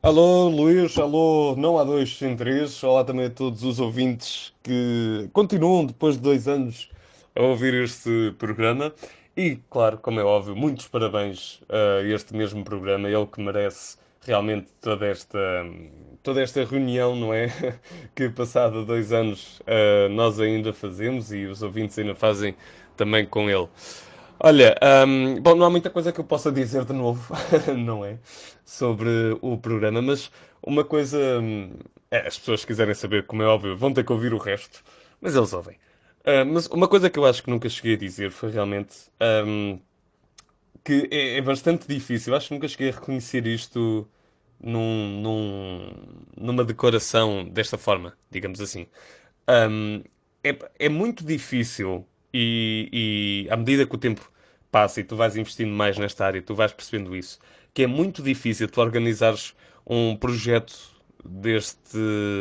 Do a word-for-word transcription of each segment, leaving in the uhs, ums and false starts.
Alô, Luís, alô, não há dois sem três. Olá também a todos os ouvintes que continuam depois de dois anos a ouvir este programa. E, claro, como é óbvio, muitos parabéns a este mesmo programa. É o que merece realmente toda esta, toda esta reunião, não é? Que passado dois anos eh, nós ainda fazemos e os ouvintes ainda fazem também com ele. Olha, hum, bom, não há muita coisa que eu possa dizer de novo, não é? Sobre o programa, mas uma coisa. hum, é, as pessoas que quiserem saber, como é óbvio, vão ter que ouvir o resto, mas eles ouvem. Ah, mas uma coisa que eu acho que nunca cheguei a dizer foi realmente hum, que é, é bastante difícil. Acho que nunca cheguei a reconhecer isto num, num- numa decoração desta forma, digamos assim. Hum, é, é muito difícil e, e à medida que o tempo passa e tu vais investindo mais nesta área, tu vais percebendo isso, que é muito difícil tu organizares um projeto deste,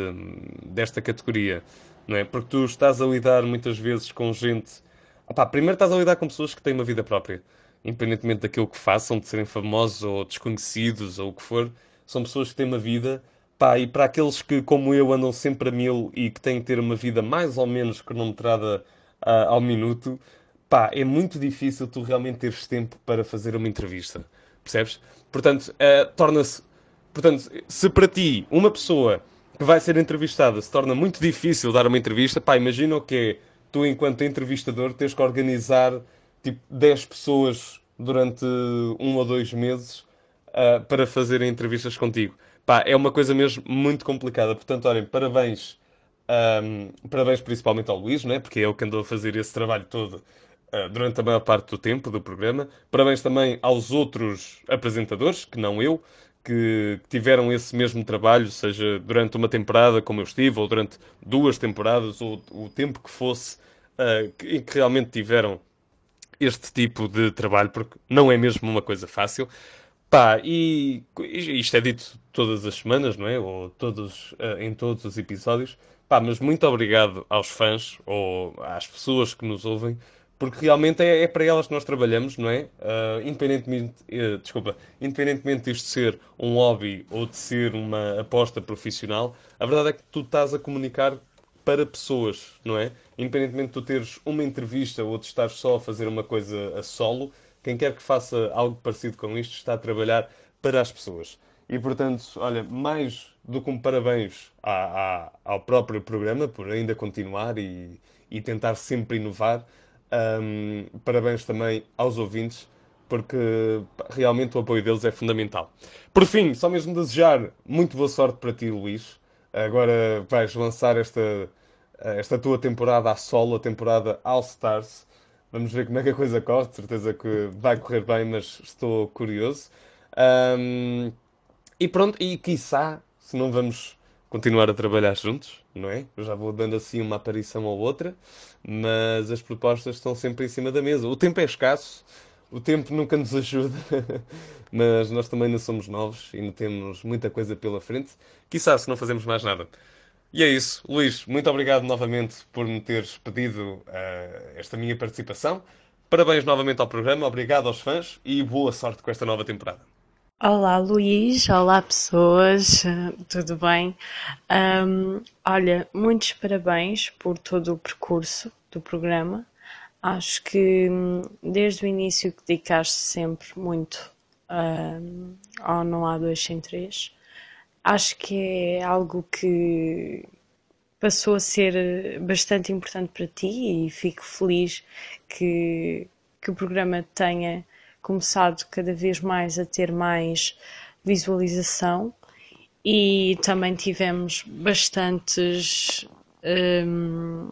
desta categoria, não é? Porque tu estás a lidar muitas vezes com gente. Opá, primeiro estás a lidar com pessoas que têm uma vida própria, independentemente daquilo que façam, de serem famosos ou desconhecidos ou o que for, são pessoas que têm uma vida. Pá, e para aqueles que, como eu, andam sempre a mil e que têm que ter uma vida mais ou menos cronometrada ah, ao minuto, pá, é muito difícil tu realmente teres tempo para fazer uma entrevista. Percebes? Portanto, ah, torna-se. Portanto, se para ti uma pessoa que vai ser entrevistada se torna muito difícil dar uma entrevista, pá, imagina o que é tu, enquanto entrevistador, tens que organizar tipo dez pessoas durante um ou dois meses ah, para fazerem entrevistas contigo. Pá, é uma coisa mesmo muito complicada. Portanto, olhem, parabéns. ahm, parabéns principalmente ao Luís, né? Porque é o que andou a fazer esse trabalho todo ah, durante a maior parte do tempo do programa. Parabéns também aos outros apresentadores, que não eu, que tiveram esse mesmo trabalho, seja durante uma temporada, como eu estive, ou durante duas temporadas, ou o tempo que fosse, ah, que, em que realmente tiveram este tipo de trabalho, porque não é mesmo uma coisa fácil. Pá, e isto é dito todas as semanas, não é? Ou todos, eh, em todos os episódios. Pá, mas muito obrigado aos fãs ou às pessoas que nos ouvem, porque realmente é, é para elas que nós trabalhamos, não é? Ah, independentemente, eh, desculpa, independentemente disto ser um hobby ou de ser uma aposta profissional, a verdade é que tu estás a comunicar para pessoas, não é? Independentemente de tu teres uma entrevista ou de estares só a fazer uma coisa a solo, quem quer que faça algo parecido com isto está a trabalhar para as pessoas. E portanto, olha, mais do que um parabéns à- à- ao próprio programa por ainda continuar e, e tentar sempre inovar, hum, parabéns também aos ouvintes, porque pá, realmente o apoio deles é fundamental. Por fim, só mesmo desejar muito boa sorte para ti, Luís. Agora vais lançar esta, esta tua temporada a solo, a temporada All Stars. Vamos ver como é que a coisa corre. De certeza que vai correr bem, mas estou curioso. Ahm, e pronto, e quiçá, se não vamos continuar a trabalhar juntos, não é? Eu já vou dando assim uma aparição ou outra, mas as propostas estão sempre em cima da mesa. O tempo é escasso, o tempo nunca nos ajuda, mas nós também não somos novos e ainda temos muita coisa pela frente. Quiçá, se não fazemos mais nada. E é isso, Luís, muito obrigado novamente por me teres pedido eh, esta minha participação. Parabéns novamente ao programa, obrigado aos fãs e boa sorte com esta nova temporada. Olá Luís, olá pessoas, eh, tudo bem? Ahm, olha, muitos parabéns por todo o percurso do programa. Acho que hum, desde o início que dedicaste sempre muito ahm, ao Não Há Dois Sem Três. Acho que é algo que passou a ser bastante importante para ti e fico feliz que, que o programa tenha começado cada vez mais a ter mais visualização e também tivemos bastantes hum,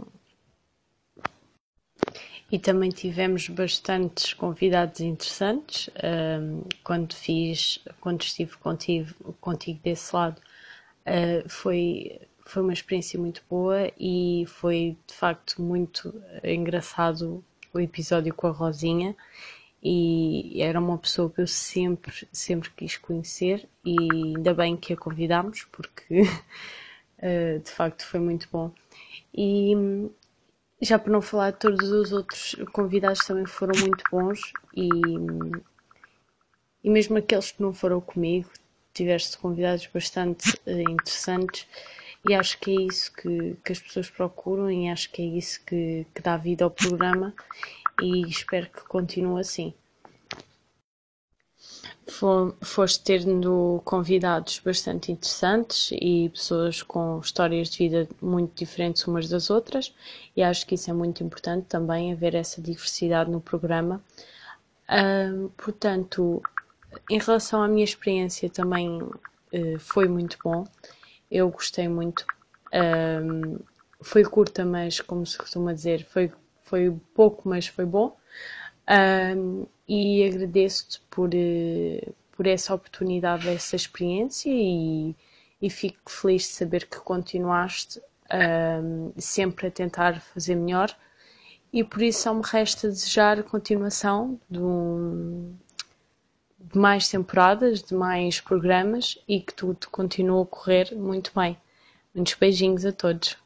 e também tivemos bastantes convidados interessantes hum, quando fiz quando estive contigo, contigo desse lado. Uh, foi, foi uma experiência muito boa e foi de facto muito engraçado o episódio com a Rosinha e era uma pessoa que eu sempre, sempre quis conhecer e ainda bem que a convidámos porque uh, de facto foi muito bom. E já por não falar, todos os outros convidados também foram muito bons e, e mesmo aqueles que não foram comigo tiveste convidados bastante eh, interessantes e acho que é isso que, que as pessoas procuram e acho que é isso que, que dá vida ao programa e espero que continue assim. Foste tendo convidados bastante interessantes e pessoas com histórias de vida muito diferentes umas das outras e acho que isso é muito importante também, haver essa diversidade no programa. Uh, portanto, em relação à minha experiência também uh, foi muito bom, eu gostei muito. Uh, foi curta, mas como se costuma dizer, foi, foi pouco, mas foi bom. Um, e agradeço-te por, uh, por essa oportunidade, essa experiência e, e fico feliz de saber que continuaste um, sempre a tentar fazer melhor e por isso só me resta desejar a continuação de, um, de mais temporadas, de mais programas e que tudo continue a correr muito bem. Muitos beijinhos a todos.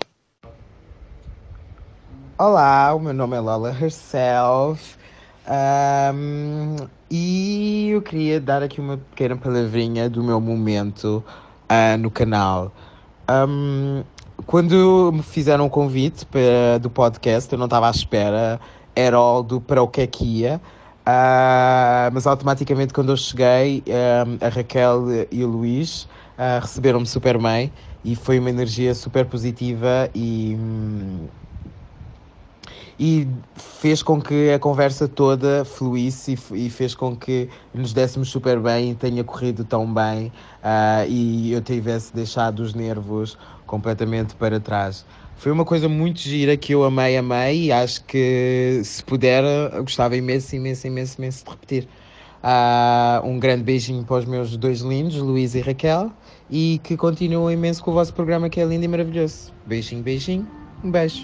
Olá, o meu nome é Lola Herself um, e eu queria dar aqui uma pequena palavrinha do meu momento uh, no canal. Um, quando me fizeram o convite para, do podcast, eu não estava à espera, era all do para o que é que ia, uh, mas automaticamente quando eu cheguei, um, a Raquel e o Luís uh, receberam-me super bem e foi uma energia super positiva e... Um, e fez com que a conversa toda fluísse e, e fez com que nos dessemos super bem e tenha corrido tão bem uh, e eu tivesse deixado os nervos completamente para trás. Foi uma coisa muito gira que eu amei, amei e acho que se puder eu gostava imenso, imenso, imenso, imenso de repetir. Uh, um grande beijinho para os meus dois lindos, Luís e Raquel, e que continuem imenso com o vosso programa que é lindo e maravilhoso. Beijinho, beijinho, um beijo.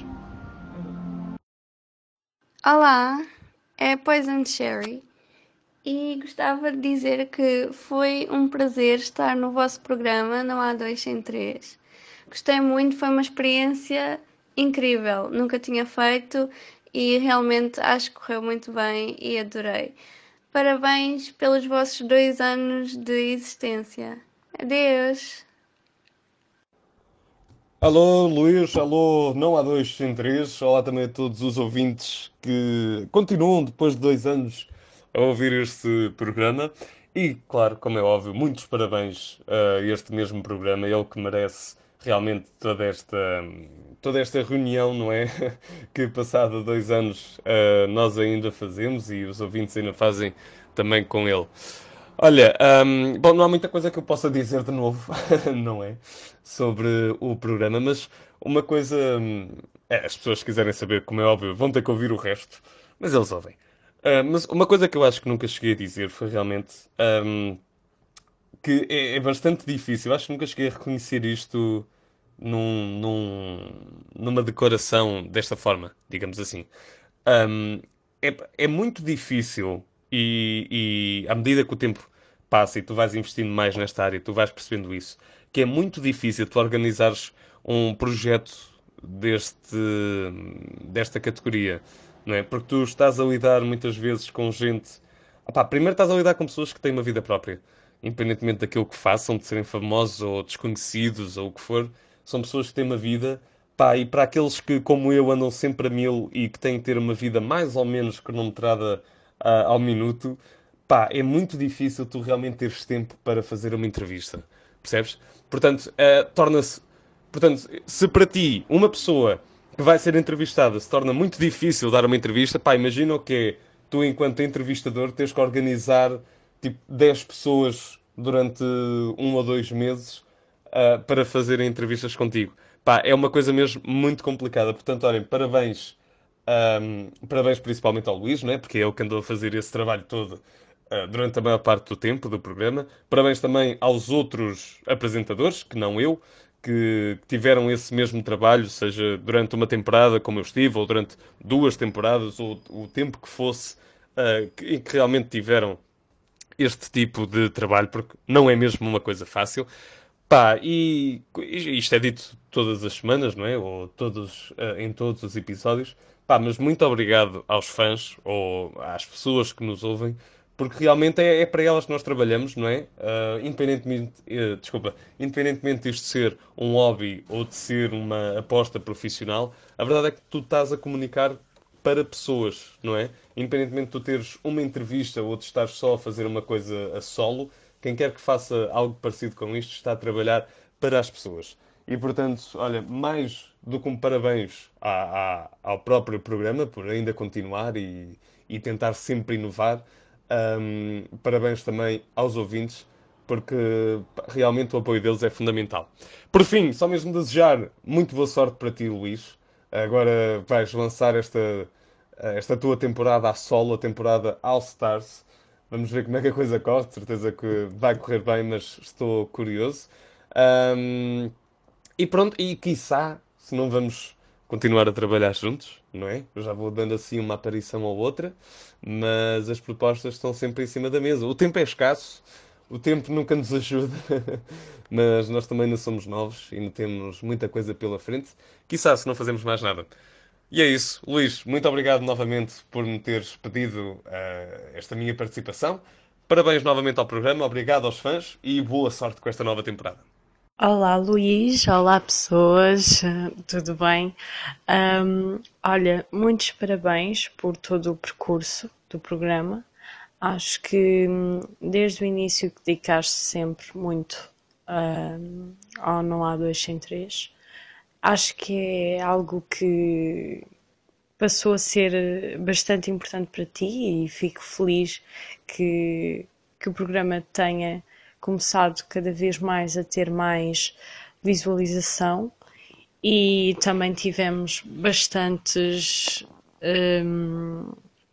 Olá, é Poison Cherry e gostava de dizer que foi um prazer estar no vosso programa, não há dois sem três. Gostei muito, foi uma experiência incrível, nunca tinha feito e realmente acho que correu muito bem e adorei. Parabéns pelos vossos dois anos de existência. Adeus! Alô, Luís, alô, não há dois sem três. Olá também a todos os ouvintes que continuam depois de dois anos a ouvir este programa. E, claro, como é óbvio, muitos parabéns a este mesmo programa, ele que merece realmente toda esta, toda esta reunião, não é? Que passado dois anos eh, nós ainda fazemos e os ouvintes ainda fazem também com ele. Olha, hum, bom, não há muita coisa que eu possa dizer de novo, não é? Sobre o programa, mas uma coisa. hum, é, as pessoas que quiserem saber, como é óbvio, vão ter que ouvir o resto, mas eles ouvem. Ah, mas uma coisa que eu acho que nunca cheguei a dizer foi realmente hum, que é, é bastante difícil. Acho que nunca cheguei a reconhecer isto num, num- numa decoração desta forma, digamos assim. Um, é, é muito difícil e, e à medida que o tempo passa e tu vais investindo mais nesta área, tu vais percebendo isso, que é muito difícil tu organizares um projeto deste, desta categoria, não é? Porque tu estás a lidar muitas vezes com gente. Opá, primeiro estás a lidar com pessoas que têm uma vida própria, independentemente daquilo que façam, de serem famosos ou desconhecidos ou o que for, são pessoas que têm uma vida. Pá, e para aqueles que, como eu, andam sempre a mil e que têm que ter uma vida mais ou menos cronometrada ah, ao minuto, pá, é muito difícil tu realmente teres tempo para fazer uma entrevista. Percebes? Portanto, ah, torna-se. Portanto, se para ti uma pessoa que vai ser entrevistada se torna muito difícil dar uma entrevista, pá, imagina o que é tu, enquanto entrevistador, tens que organizar tipo dez pessoas durante um ou dois meses ah, para fazerem entrevistas contigo. Pá, é uma coisa mesmo muito complicada. Portanto, olhem, parabéns, ahm, parabéns principalmente ao Luís, né? Porque é ele que andou a fazer esse trabalho todo ah, durante a maior parte do tempo do programa. Parabéns também aos outros apresentadores, que não eu, que tiveram esse mesmo trabalho, seja durante uma temporada, como eu estive, ou durante duas temporadas, ou o tempo que fosse, ah, que, em que realmente tiveram este tipo de trabalho, porque não é mesmo uma coisa fácil. Pá, e isto é dito todas as semanas, não é? Ou todos, eh, em todos os episódios. Pá, mas muito obrigado aos fãs ou às pessoas que nos ouvem porque realmente é, é para elas que nós trabalhamos, não é? Ah, independentemente, eh, desculpa, independentemente disto ser um hobby ou de ser uma aposta profissional, a verdade é que tu estás a comunicar para pessoas, não é? Independentemente de tu teres uma entrevista ou de estares só a fazer uma coisa a solo, quem quer que faça algo parecido com isto está a trabalhar para as pessoas. E portanto, olha, mais do que um parabéns à- à- ao próprio programa por ainda continuar e, e tentar sempre inovar. Ahm, parabéns também aos ouvintes, porque pá, realmente o apoio deles é fundamental. Por fim, só mesmo desejar muito boa sorte para ti, Luís. Agora vais lançar esta, esta tua temporada a solo, a temporada All Stars. Vamos ver como é que a coisa corre. De certeza que vai correr bem, mas estou curioso. Ahm, e pronto, e quiçá, se não vamos continuar a trabalhar juntos, não é? Eu já vou dando assim uma aparição ou outra, mas as propostas estão sempre em cima da mesa. O tempo é escasso, o tempo nunca nos ajuda, mas nós também não somos novos e não temos muita coisa pela frente. Quiçá, se não fazemos mais nada. E é isso, Luís, muito obrigado novamente por me teres pedido eh, esta minha participação. Parabéns novamente ao programa, obrigado aos fãs e boa sorte com esta nova temporada. Olá, Luís. Olá, pessoas. Ah, Tudo bem? Ahm, olha, muitos parabéns por todo o percurso do programa. Acho que hum, desde o início que dedicaste sempre muito ahm, ao Não Há Dois Sem Três. Acho que é algo que passou a ser bastante importante para ti e fico feliz que, que o programa tenha começado cada vez mais a ter mais visualização e também tivemos bastantes hum,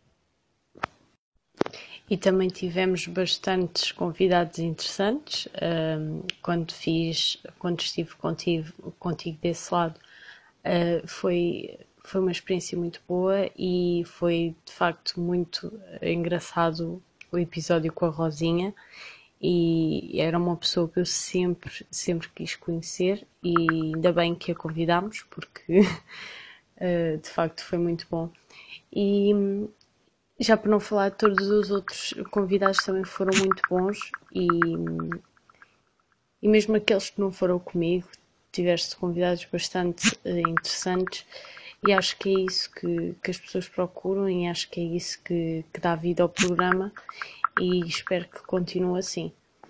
e também tivemos bastantes convidados interessantes hum, quando fiz quando estive contigo, contigo desse lado. Uh, foi, foi uma experiência muito boa e foi de facto muito engraçado o episódio com a Rosinha e era uma pessoa que eu sempre, sempre quis conhecer e ainda bem que a convidámos porque uh, de facto foi muito bom. E já para não falar, todos os outros convidados também foram muito bons e, e mesmo aqueles que não foram comigo, tiveste convidados bastante uh, interessantes e acho que é isso que, que as pessoas procuram e acho que é isso que, que dá vida ao programa e espero que continue assim.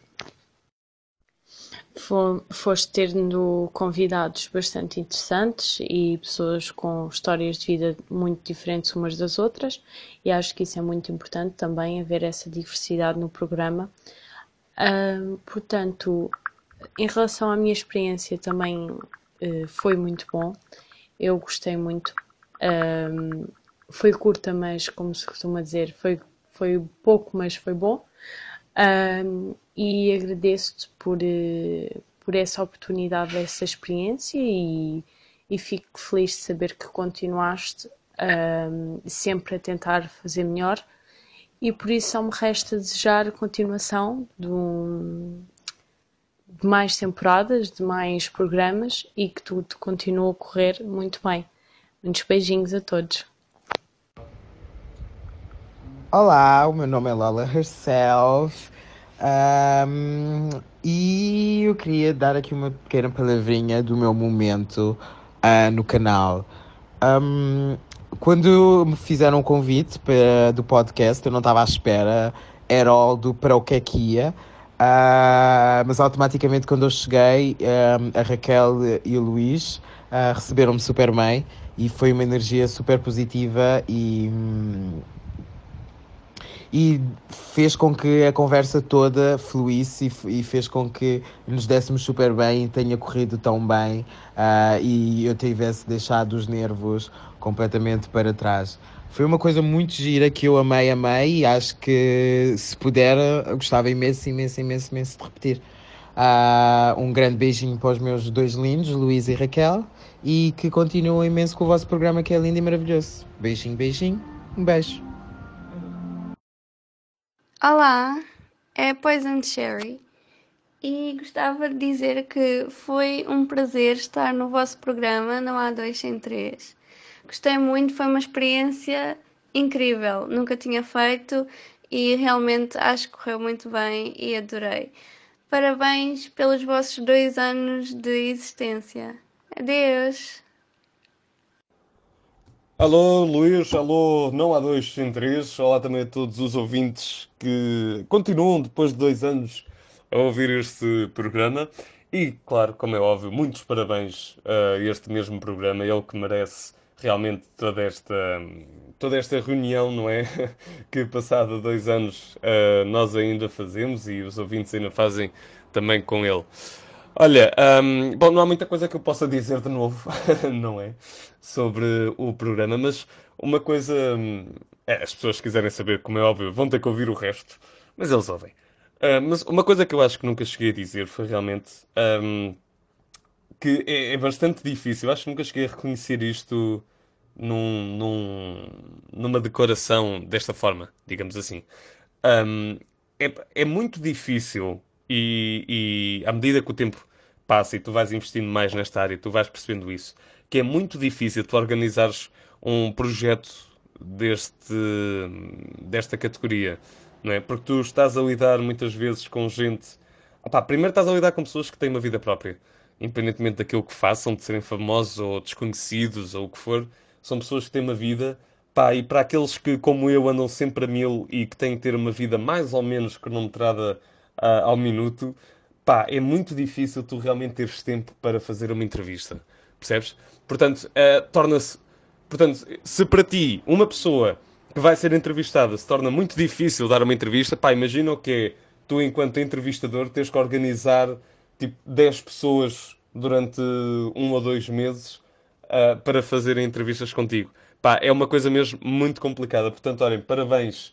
Foste tendo convidados bastante interessantes e pessoas com histórias de vida muito diferentes umas das outras e acho que isso é muito importante também, haver essa diversidade no programa. Uh, portanto, em relação à minha experiência também uh, foi muito bom, eu gostei muito. Um, foi curta, mas como se costuma dizer, foi, foi pouco, mas foi bom. Um, e agradeço-te por, uh, por essa oportunidade, essa experiência e, e fico feliz de saber que continuaste um, sempre a tentar fazer melhor e por isso só me resta desejar a continuação de, um, de mais temporadas, de mais programas e que tudo continue a correr muito bem. Muitos beijinhos a todos. Olá, o meu nome é Lola Herself. Um, e eu queria dar aqui uma pequena palavrinha do meu momento uh, no canal. Um, quando me fizeram um convite para, do podcast, eu não estava à espera, era all do para o que é que ia. Uh, mas automaticamente quando eu cheguei, um, a Raquel e o Luís uh, receberam-me super bem e foi uma energia super positiva e... Um, e fez com que a conversa toda fluísse e, e fez com que nos dessemos super bem e tenha corrido tão bem uh, e eu tivesse deixado os nervos completamente para trás. Foi uma coisa muito gira que eu amei, amei e acho que se puder eu gostava imenso, imenso, imenso, imenso de repetir. Uh, um grande beijinho para os meus dois lindos, Luís e Raquel, e que continuem imenso com o vosso programa que é lindo e maravilhoso. Beijinho, beijinho, um beijo. Olá, é Poison Cherry e gostava de dizer que foi um prazer estar no vosso programa Não Há Dois Sem Três. Gostei muito, foi uma experiência incrível, nunca tinha feito e realmente acho que correu muito bem e adorei. Parabéns pelos vossos dois anos de existência. Adeus! Alô, Luís, alô, não há dois sem três. Olá também a todos os ouvintes que continuam depois de dois anos a ouvir este programa. E, claro, como é óbvio, muitos parabéns a este mesmo programa. É o que merece realmente toda esta, toda esta reunião, não é? Que passado dois anos eh, nós ainda fazemos e os ouvintes ainda fazem também com ele. Olha, hum, bom, não há muita coisa que eu possa dizer de novo, não é? Sobre o programa, mas uma coisa. hum, é, as pessoas que quiserem saber, como é óbvio, vão ter que ouvir o resto, mas eles ouvem. Ah, mas uma coisa que eu acho que nunca cheguei a dizer foi realmente hum, que é, é bastante difícil. Eu acho que nunca cheguei a reconhecer isto num, num- numa decoração desta forma, digamos assim. Hum, é, é muito difícil e, e à medida que o tempo passa e tu vais investindo mais nesta área, tu vais percebendo isso, que é muito difícil tu organizares um projeto deste, desta categoria, não é? Porque tu estás a lidar muitas vezes com gente. Opá, primeiro estás a lidar com pessoas que têm uma vida própria, independentemente daquilo que façam, de serem famosos ou desconhecidos ou o que for, são pessoas que têm uma vida. Pá, e para aqueles que, como eu, andam sempre a mil e que têm que ter uma vida mais ou menos cronometrada ah, ao minuto, pá, é muito difícil tu realmente teres tempo para fazer uma entrevista. Percebes? Portanto, ah, torna-se. Portanto, se para ti uma pessoa que vai ser entrevistada se torna muito difícil dar uma entrevista, pá, imagina o que é tu, enquanto entrevistador, tens que organizar tipo dez pessoas durante um ou dois meses ah, para fazerem entrevistas contigo. Pá, é uma coisa mesmo muito complicada. Portanto, olhem, parabéns,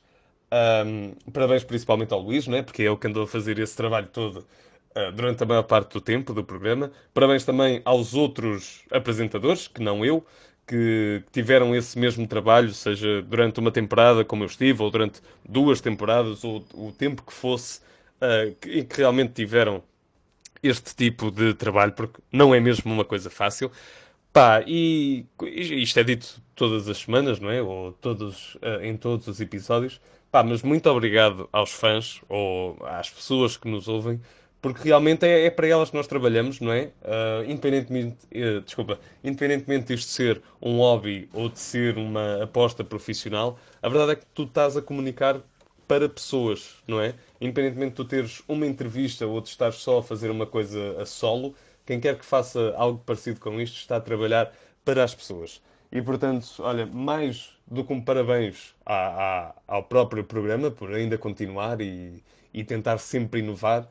ahm, parabéns principalmente ao Luís, né? Porque é ele que andou a fazer esse trabalho todo ah, durante a maior parte do tempo do programa. Parabéns também aos outros apresentadores, que não eu, que tiveram esse mesmo trabalho, seja durante uma temporada, como eu estive, ou durante duas temporadas, ou o tempo que fosse, ah, que, em que realmente tiveram este tipo de trabalho, porque não é mesmo uma coisa fácil. Pá, e isto é dito todas as semanas, não é? Ou todos, eh, em todos os episódios. Pá, mas muito obrigado aos fãs ou às pessoas que nos ouvem, porque realmente é, é para elas que nós trabalhamos, não é? Ah, independentemente, eh, desculpa, independentemente disto ser um hobby ou de ser uma aposta profissional, a verdade é que tu estás a comunicar para pessoas, não é? Independentemente de tu teres uma entrevista ou de estares só a fazer uma coisa a solo, quem quer que faça algo parecido com isto está a trabalhar para as pessoas. E portanto, olha, mais do que um parabéns à- à- ao próprio programa por ainda continuar e, e tentar sempre inovar,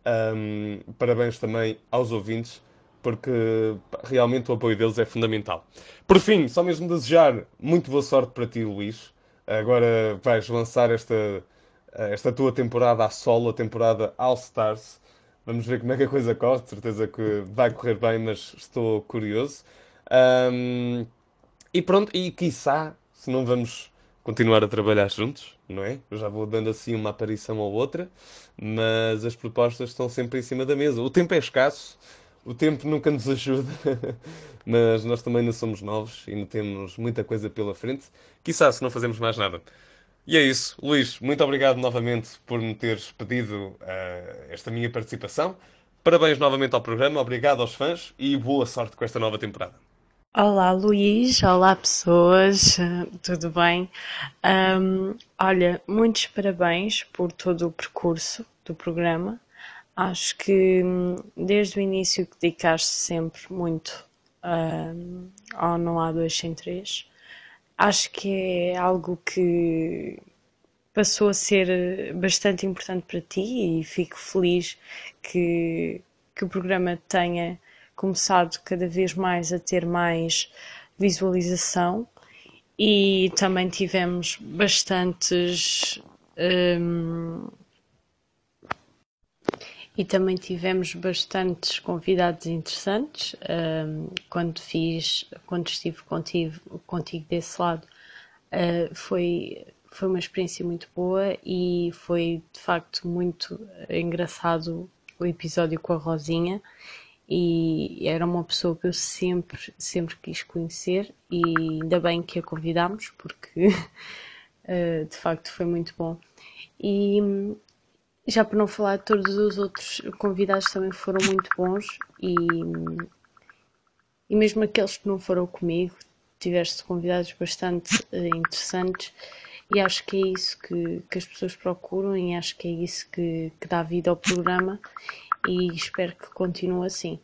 hum, parabéns também aos ouvintes, porque pá, realmente o apoio deles é fundamental. Por fim, só mesmo desejar muito boa sorte para ti, Luís. Agora vais lançar esta, esta tua temporada a solo, a temporada All Stars. Vamos ver como é que a coisa corre. De certeza que vai correr bem, mas estou curioso. Ahm, e pronto, e quiçá, se não vamos continuar a trabalhar juntos, não é? Eu já vou dando assim uma aparição ou outra, mas as propostas estão sempre em cima da mesa. O tempo é escasso, o tempo nunca nos ajuda, mas nós também não somos novos e não temos muita coisa pela frente. Quiçá, se não fazemos mais nada. E é isso, Luís, muito obrigado novamente por me teres pedido eh, esta minha participação. Parabéns novamente ao programa, obrigado aos fãs e boa sorte com esta nova temporada. Olá, Luís. Olá, pessoas. Ah, Tudo bem? Ahm, olha, muitos parabéns por todo o percurso do programa. Acho que hum, desde o início que dedicaste sempre muito ahm, ao Não Há Dois Sem Três. Acho que é algo que passou a ser bastante importante para ti e fico feliz que, que o programa tenha começado cada vez mais a ter mais visualização e também tivemos bastantes hum, e também tivemos bastantes convidados interessantes hum, quando fiz quando estive contigo, contigo desse lado. Uh, foi, foi uma experiência muito boa e foi de facto muito engraçado o episódio com a Rosinha e era uma pessoa que eu sempre, sempre quis conhecer e ainda bem que a convidámos porque uh, de facto foi muito bom. E hum, já para não falar, todos os outros convidados também foram muito bons e, hum, e mesmo aqueles que não foram comigo, tiveste convidados bastante eh, interessantes e acho que é isso que, que as pessoas procuram e acho que é isso que, que dá vida ao programa e espero que continue assim.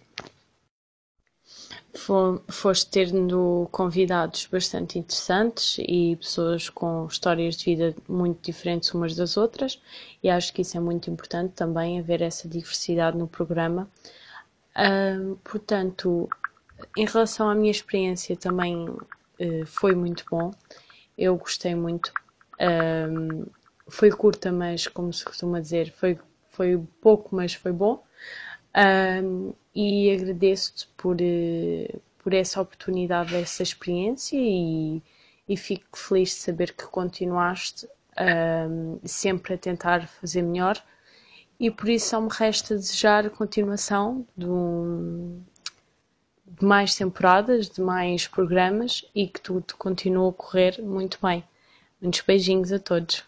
Fo- Foste tendo convidados bastante interessantes e pessoas com histórias de vida muito diferentes umas das outras, e acho que isso é muito importante também, haver essa diversidade no programa. Ahm, portanto, em relação à minha experiência, também eh, foi muito bom. Eu gostei muito. Ahm, Foi curta, mas como se costuma dizer, foi, foi pouco, mas foi bom. Um, e agradeço-te por, eh, por essa oportunidade, essa experiência e, e fico feliz de saber que continuaste um, sempre a tentar fazer melhor e por isso só me resta desejar a continuação de, um- de mais temporadas, de mais programas e que tudo continue a correr muito bem. Muitos beijinhos a todos.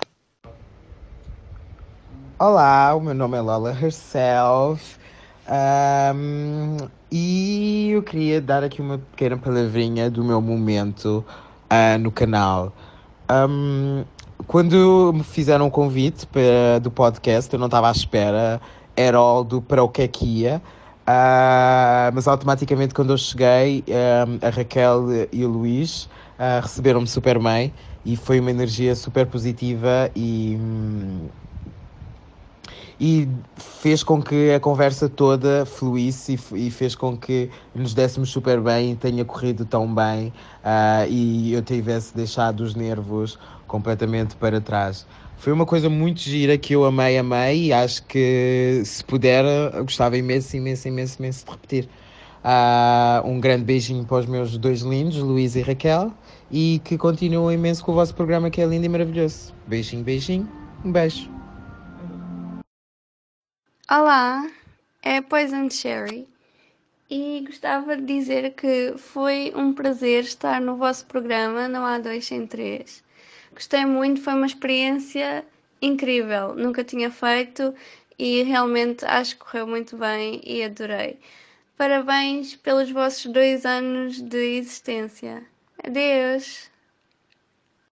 Olá, o meu nome é Lola Herself. Ahm, e eu queria dar aqui uma pequena palavrinha do meu momento ah, no canal. Ahm, Quando me fizeram um convite para, do podcast, eu não estava à espera, era all do para o que é que ia. Ah, mas automaticamente quando eu cheguei, ahm, a Raquel e o Luís ah, receberam-me super bem e foi uma energia super positiva e, hum, e fez com que a conversa toda fluísse e, e fez com que nos dessemos super bem e tenha corrido tão bem ah, e eu tivesse deixado os nervos completamente para trás. Foi uma coisa muito gira que eu amei, amei e acho que se puder eu gostava imenso, imenso, imenso, imenso de repetir. Ah, um grande beijinho para os meus dois lindos, Luís e Raquel, e que continuem imenso com o vosso programa que é lindo e maravilhoso. Beijinho, beijinho, um beijo. Olá, é Poison Cherry e gostava de dizer que foi um prazer estar no vosso programa, não há dois sem três. Gostei muito, foi uma experiência incrível, nunca tinha feito e realmente acho que correu muito bem e adorei. Parabéns pelos vossos dois anos de existência. Adeus!